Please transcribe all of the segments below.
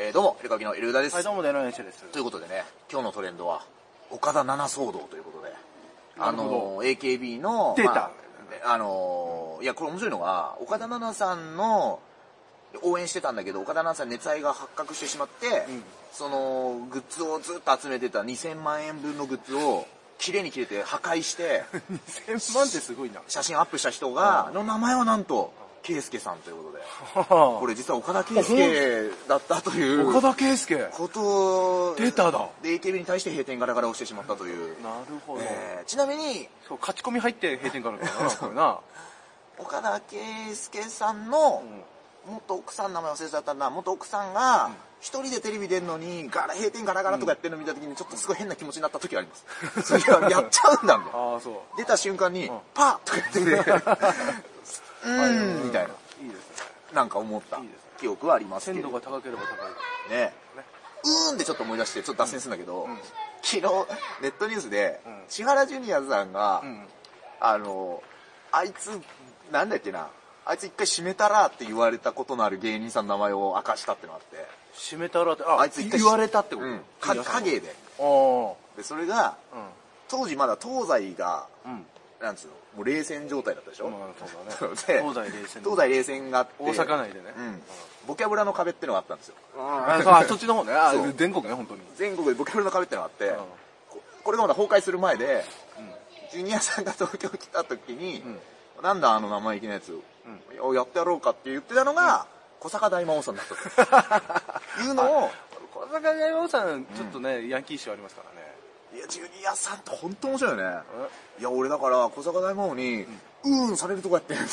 どうも、エルカビのエルダです。 はい、どうも、デノエンシェです。 ということでね、今日のトレンドは、岡田奈々騒動ということで、AKB の、 出た、 いや、これ面白いのが、岡田奈々さんの、応援してたんだけど、岡田奈々さん熱愛が発覚してしまって、その、グッズをずっと集めてた2000万円分のグッズを、綺麗に切れて破壊して、 2000万ってすごいな。 写真アップした人が、の名前はなんと、圭介さんということで、これ実は岡田圭介だったという岡田圭介こと出ただで AKB に対して閉店ガラガラをしてしまったという。 なるほど、 ちなみにそう勝ち込み入って閉店ガラガラなこれな岡田圭介さんの元奥さん、名前忘れちゃったな、元奥さんが一人でテレビ出るのに閉店ガラガラとかやってるの見た時にちょっとすごい変な気持ちになった時があります。それはやっちゃうんだもん。 あそう出た瞬間にパーとか言ってみたいな、いいですね、なんか思った記憶はありますけど、 鮮度が高ければ高いね。でちょっと思い出してちょっと脱線するんだけど、昨日ネットニュースで千原ジュニアさんが、あいつなんだっけな、あいつ一回閉めたらって言われたことのある芸人さんの名前を明かしたってのがあって、 閉めたらってあいつ一回言われたってこと、 影で、でそれが、当時まだ東西が、なんつうの、もう冷戦状態だったでしょ。 そうだね。 東西冷戦があって、 大阪内でね、 ボキャブラの壁ってのがあったんですよ。 そっちの方ね、全国ね、本当に全国でボキャブラの壁ってのがあって、これがまだ崩壊する前で、ジュニアさんが東京来た時に、なんだあの生意気なやつをやってやろうかって言ってたのが、小坂大魔王さんだったというのを、 小坂大魔王さんちょっとね、ヤンキー臭ありますからね。 いや、ジュニアさんって本当面白いよね。いや、俺だから小坂大魔王にされるとこやってん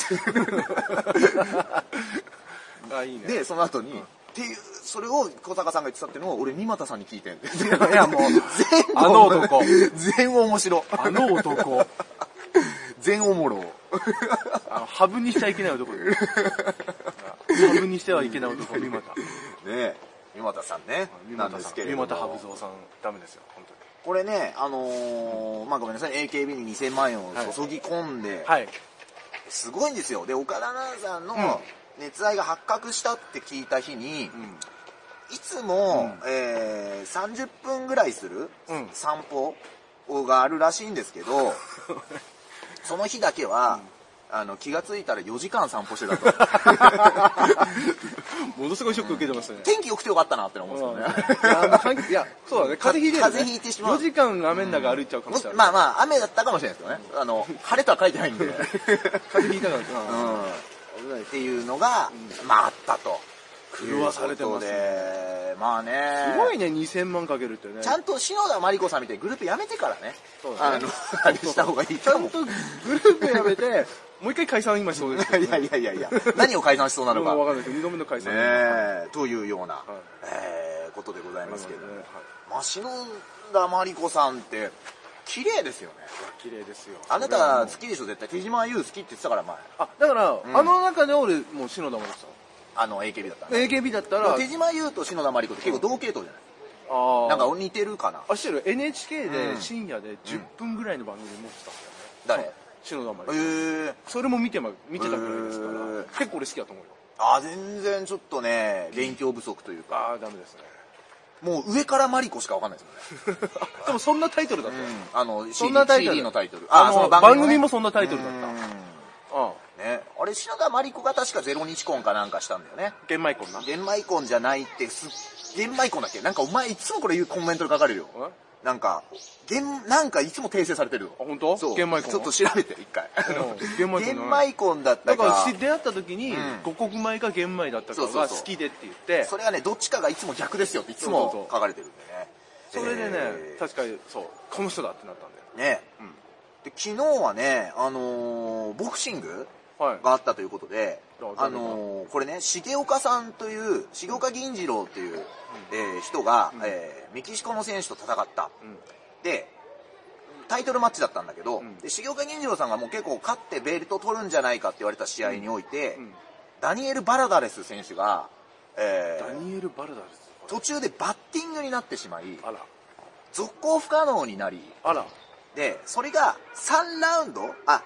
っていいね。 でその後に、っていう、それを小坂さんが言ってたっていうのを俺三股さんに聞いてんで、 いやもうあの男全面白、 あの男全おもろハブにしちゃいけない男です。ハブにしてはいけない男、三股ね、三股さんね、なんですけれども、 三股ハブ蔵さんダメですよ本当に。 これね、まあごめんなさい、AKB に2000万円を注ぎ込んで、すごいんですよ。で、岡田奈々さんの熱愛が発覚したって聞いた日に、いつも、30分ぐらいする散歩があるらしいんですけど、その日だけは、気がついたら4時間散歩してたと。 ものすごいショック受けてましたね。 天気良くてよかったなって思うんですよね。 いや、そうだね。風邪ひいてしまう。4時間雨の中歩いちゃうかもしれない。 まあまあ、雨だったかもしれないですけどね。晴れとは書いてないんで。 風邪ひいたから。 っていうのが、まああったと。 狂わされてますね。 まあね。 すごいね、2000万かけるってね。 ちゃんと篠田麻里子さんみたいにグループやめてからね。あれした方がいいと思う。ちゃんとグループやめて、もう一回解散今しそうです。 いや。何を解散しそうなのか。 わかんないですけど、2度目の解散。 というような、ことでございますけど。まあ、篠田麻里子さんって、綺麗ですよね。 綺麗ですよ。 あなた好きでしょ、絶対。手島優好きって言ってたから前。 だから、あの中で俺、もう篠田麻里子さん。 AKB だったら。 AKB だったら。 手島優と篠田麻里子って結構同系統じゃない。なんか似てるかな。 知ってる NHK で深夜で10分ぐらいの番組持ってたんだよね。誰？篠田麻里子。それも見てたくらいですから、結構俺好きだと思うよ。 全然ちょっとね、勉強不足というか。 ダメですね。 もう上からマリコしかわかんないですよね。 でもそんなタイトルだった。 そんなタイトル。CD のタイトル。 その番組もそんなタイトルだった。 ね、あれ篠田麻里子が確かゼロ日婚かなんかしたんだよね。 玄米婚な。 玄米婚じゃないって玄米婚だっけ？なんかお前いつもこれ言うコメントで書かれるよ。なんかいつも訂正されてるよ。 本当？ そう。 玄米婚。 ちょっと調べて一回。 玄米婚だったか。 だから出会った時に五穀米か玄米だったかが好きでって言って。 それがねどっちかがいつも逆ですよっていつも書かれてるんでね。 それでね確かにそうこの人だってなったんだよ。 ね。で昨日はねボクシングがあったということで、これね重岡さんという重岡銀次郎という人がメキシコの選手と戦った。でタイトルマッチだったんだけど、重岡銀次郎さんがもう結構勝ってベルト取るんじゃないかって言われた試合において、ダニエル・バラダレス選手が、途中でバッティングになってしまい、続行不可能になり、でそれが3ラウンド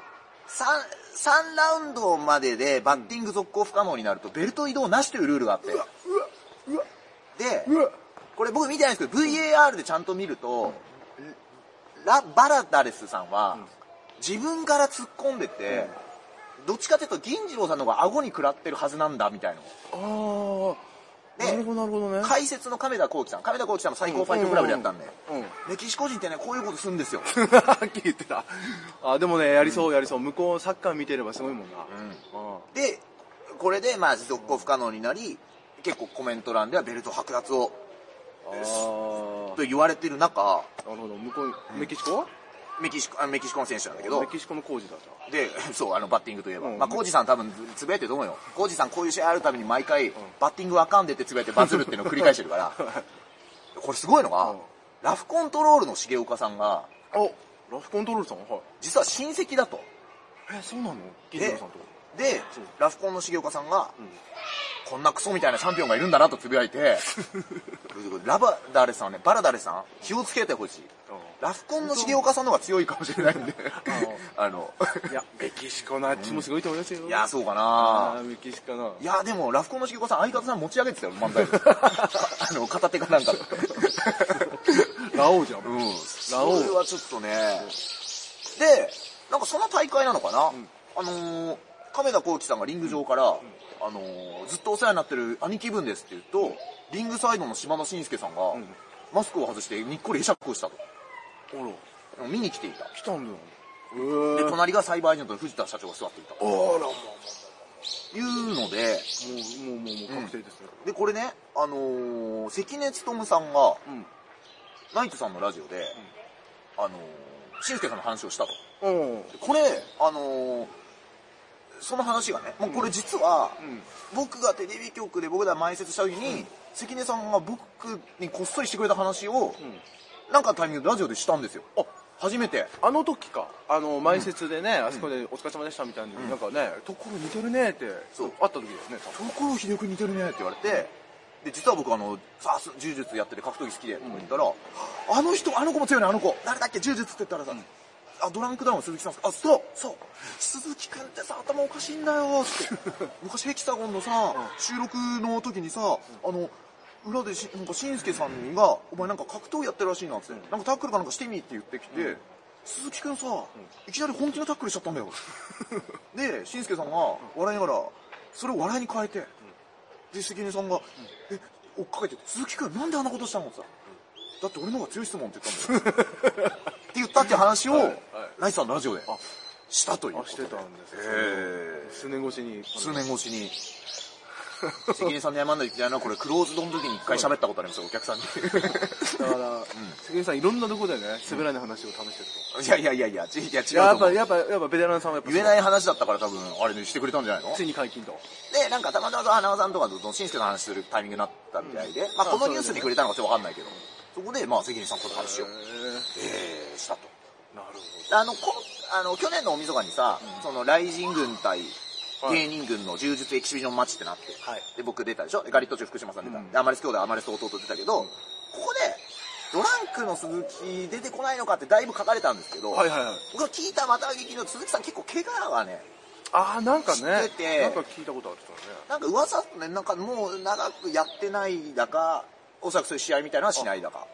3ラウンドまででバッティング続行不可能になるとベルト移動なしというルールがあって、 で、これ僕見てないんですけど、VAR でちゃんと見ると、バラダレスさんは、自分から突っ込んでて、どっちかというと銀次郎さんの方が顎に食らってるはずなんだみたいな。 で、なるほどね。 解説の亀田光輝さんの最高ファイトクラブでやったんで、メキシコ人ってね、こういうことするんですよ。 はっきり言ってた。でもね、やりそう。向こうサッカー見てればすごいもんな。 で、これで、まあ、続行不可能になり、結構コメント欄ではベルト剥奪を、と言われてる中、 なるほど、向こう、メキシコはメキシコの選手なんだけど、 メキシコのコージだじゃん。 で、そう、バッティングといえば。まあ、コージさん多分つぶやいてると思うよ。コージさんこういう試合あるたびに毎回、バッティングわかんでってつぶやいてバズるっていうのを繰り返してるから、これすごいのが、ラフコントロールの重岡さんが、 ラフコントロールさんは実は親戚だと。 そうなの？銀次郎さんと。 で、ラフコンの重岡さんが、こんなクソみたいなチャンピオンがいるんだなとつぶやいて、バラダレスさん、気をつけてほしい。ラフコンの重岡さんの方が強いかもしれないんで。 いや、メキシコのあっちもすごいと思いますよ。 いや、そうかな。 メキシコの。 いや、でも、ラフコンの重岡さん、相方さん持ち上げてたよ、漫才で。片手かなんかで。 ラオウじゃん。 ラオウ。それはちょっとね。で、なんかその大会なのかな、亀田光輝さんがリング上から、ずっとお世話になってる兄貴分ですって言うと、リングサイドの島田紳介さんが、マスクを外してにっこり会釈をしたと。見に来ていた。 来たんだよ。で、隣がサイバーエージェントの藤田社長が座っていた。いうので、 もう確定ですね。 で、これね、関根勤さんが、ナイトさんのラジオで、紳介さんの話をしたと。これ、その話がね、もうこれ実は、僕がテレビ局で僕ら前説した時に、関根さんが僕にこっそりしてくれた話を、なんかタイミングでラジオでしたんですよ。初めて。 あの時か。前説でね、あそこでお疲れ様でしたみたいに、なんかね、ところ似てるねって、会った時ですね。 ところ秀く似てるねって言われて、で、実は僕柔術やってて格闘技好きで、とか言ったら、あの子も強いね、あの子。誰だっけ、柔術って言ったらさ、ドランクダウン鈴木さんですか？そう鈴木くんってさ、頭おかしいんだよって。昔ヘキサゴンのさ、収録の時にさ、裏でなんか紳介さんが、お前なんか格闘技やってるらしいなって、なんかタックルかなんかしてみって言ってきて、鈴木くんさ、いきなり本気のタックルしちゃったんだよ。で、紳介さんが笑いながら、それを笑いに変えて、で、関根さんが、追っかけて、鈴木くんなんであんなことしたのってさ、だって俺の方が強い質問って言ったんだよ。って言ったっていう話を、ライスさんのラジオでしたという。 してたんですよ。数年越しに。 関根さんに謝んないといけないのは、これクローズドの時に一回喋ったことありますよ、お客さんに。 だから、関根さんいろんなとこでね、滑らない話を試してると。 いや、違うと思う。 やっぱベテランさんはやっぱ。 言えない話だったから多分、あれにしてくれたんじゃないの？ ついに解禁と。 で、なんかたまたま花輪さんとかと紳介の話するタイミングになったみたいで、まあこのニュースに触れたのかちょっとわかんないけど、そこで、まあ関根さんこの話を、したと。 なるほど。去年の大晦日にさ、その、雷神軍対、芸人軍の柔術エキシビジョンマッチってなって、で、僕出たでしょ？ガリットチョ福島さん出た。で、アマレス兄弟、アマレス弟出たけど、ここで、ドランクの鈴木出てこないのかってだいぶ書かれたんですけど、僕が聞いたまた劇の鈴木さん結構怪我がね、 なんかね、なんか聞いたことある人ね。 なんか噂ね、なんかもう長くやってないだか、おそらくそういう試合みたいなのはしないだか。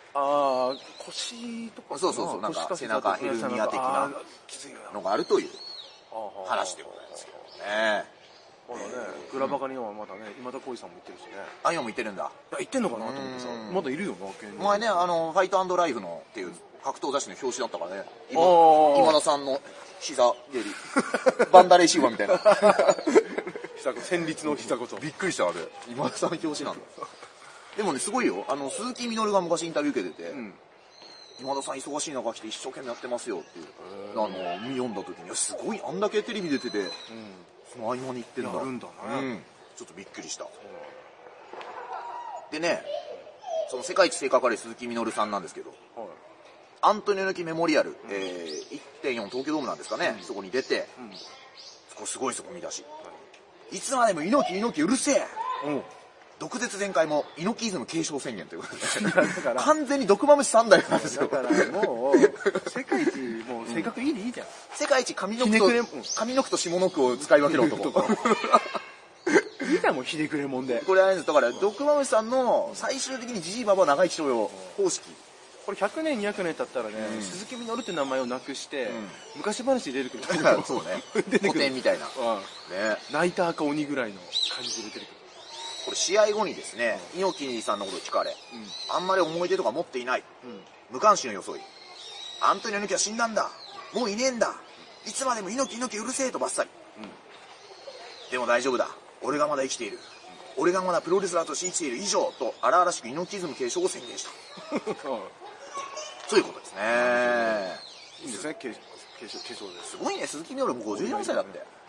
腰とかそう、なんか背中ヘルニア的なのがあるという話でございますけどね。 まだね、グラバカにはまだね、今田耕司さんも行ってるしね。 今も行ってるんだ。 行ってんのかなと思ってさ、まだいるよな、 前ね、ファイト&ライフのっていう格闘雑誌の表紙だったからね、今田さんの膝蹴り、バンダレーシーバーみたいな。 戦慄の膝こそ。 びっくりした、あれ。今田さん表紙なんだ。でもね、すごいよ。鈴木みのるが昔インタビュー受けてて、今田さん忙しい中来て一生懸命やってますよっていう、読んだ時に、すごい、あんだけテレビ出てて、その合間に行ってんだ。 やるんだね。 ちょっとびっくりした。でね、その世界一正確ある鈴木みのるさんなんですけど、アントニオ猪木メモリアル、1.4 東京ドームなんですかね、そこに出て、そこすごい見出し。いつまでも猪木うるせえ、毒舌全開も猪木イズム継承宣言ということで、完全に毒まむし3代なんですよ。 だからもう、世界一、もう性格いいでいいじゃん。 世界一上の句と下の句を使い分ける男。 いいかも、ひねくれもんで。 これあれです。だから、ドクマムシさんの最終的にジジイババア長生きしろよ方式。 これ100年、200年経ったらね、鈴木みのるって名前をなくして、昔話で出てくる。 そうね。古典みたいな。ね。 泣いた赤鬼ぐらいの感じで出てくる。 これ試合後にですね、猪木さんのことを聞かれ、あんまり思い出とか持っていない。無関心の装い。アントニオ猪木は死んだんだ。もういねえんだ。いつまでも猪木うるせえとバッサリ。でも大丈夫だ。俺がまだ生きている。俺がまだプロレスラーとして生きている以上と荒々しく猪木イズム継承を宣言した。そういうことですね。 いいですね、継承です。 すごいね、鈴木みのるも54歳だって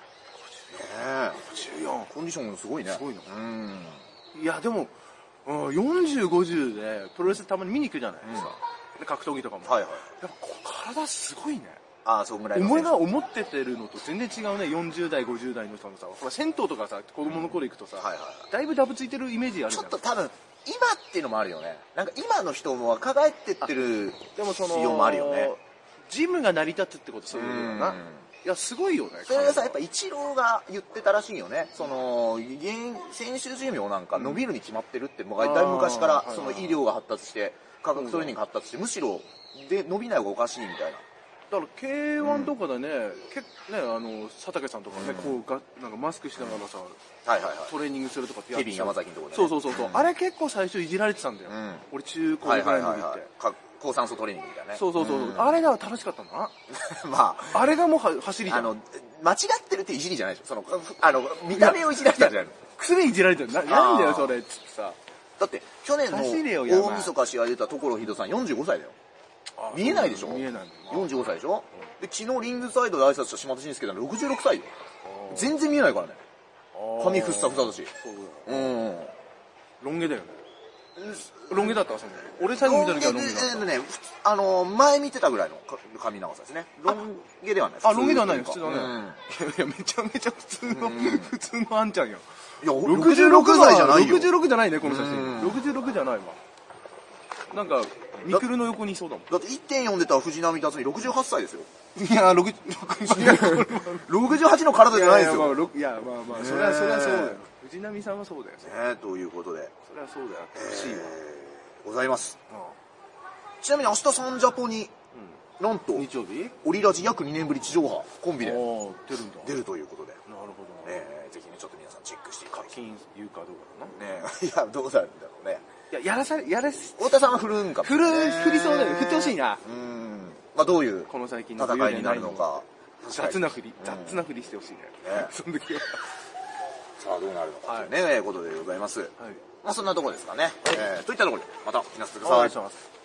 。54。コンディションすごいね。 すごいの。いや、でも、40、50でプロレスたまに見に行くじゃないですか。で、格闘技とかも。やっぱ体すごいね。 ああ、そうぐらい。 お前が思っててるのと全然違うね。40代、50代の人のさ、ほら、銭湯とかさ、子供の頃行くとさ、だいぶダブついてるイメージあるじゃん。 ちょっと多分、今っていうのもあるよね。なんか今の人も若返ってってる仕様もあるよね。 ジムが成り立つってことそういうことだな。いや、すごいよね。 それがさ、やっぱイチローが言ってたらしいよね。その、選手寿命なんか伸びるに決まってるって、だいぶ昔からその医療が発達して、科学トレーニングが発達して、むしろで伸びない方がおかしいみたいな。 だから K1 とかでね、佐竹さんとかね、こうなんかマスクしながらさ、トレーニングするとかってやってケビン山崎のとこでね。そう。あれ結構最初いじられてたんだよ。俺中高ぐらいの時って。 高酸素トレーニングみたいなね。 そう。あれが楽しかったな。 まあ。 あれがもう走りじゃん。 間違ってるっていじりじゃないでしょ。その、見た目をいじられたんじゃないの。 薬いじられてる。なんだよ、それ、つってさ。 だって、去年の大晦日試合出た所秀さん45歳だよ。見えないでしょ。 見えない 45歳でしょ。で、昨日リングサイドで挨拶した島田紳介さん66歳よ。全然見えないからね。髪ふっさふさだし。 ロン毛だよね。ロン毛だったわ、その。俺最後見た時はロン毛だった。 前見てたぐらいの髪長さですね。ロン毛ではない。 あ、ロン毛ではないよ、普通だね。いや、めちゃめちゃ普通のあんちゃんよ。 いや、66歳じゃないよ。 66じゃないね、この写真。66じゃないわ。なんか、ミクルの横にいそうだもん。 だって 1.4 出た藤波辰巳68歳ですよ。 いや、 68の体じゃないですよ。 いや、まあ、それはそうだよ。藤波さんはそうだよ。 ということで。 それはそうだよ。欲しいわ。 ございます。ちなみに明日サンジャポに、なんと、 日曜日オリラジ約2年ぶり地上波コンビで出るということで。 なるほど。 ぜひね、ちょっと皆さんチェックしてい課金言うかどうかな。 ねいや、どうなるんだろうね。 いや、 太田さんは振るんかも。 振りそうだよ。振ってほしいな。 まあどういうこの最近の戦いになるのか。 雑な振りしてほしいね。その時は。 さあどうなるのかというね、ことでございます。まあそんなところですかね。といったところで、またお聞きなさってください。 お願いします。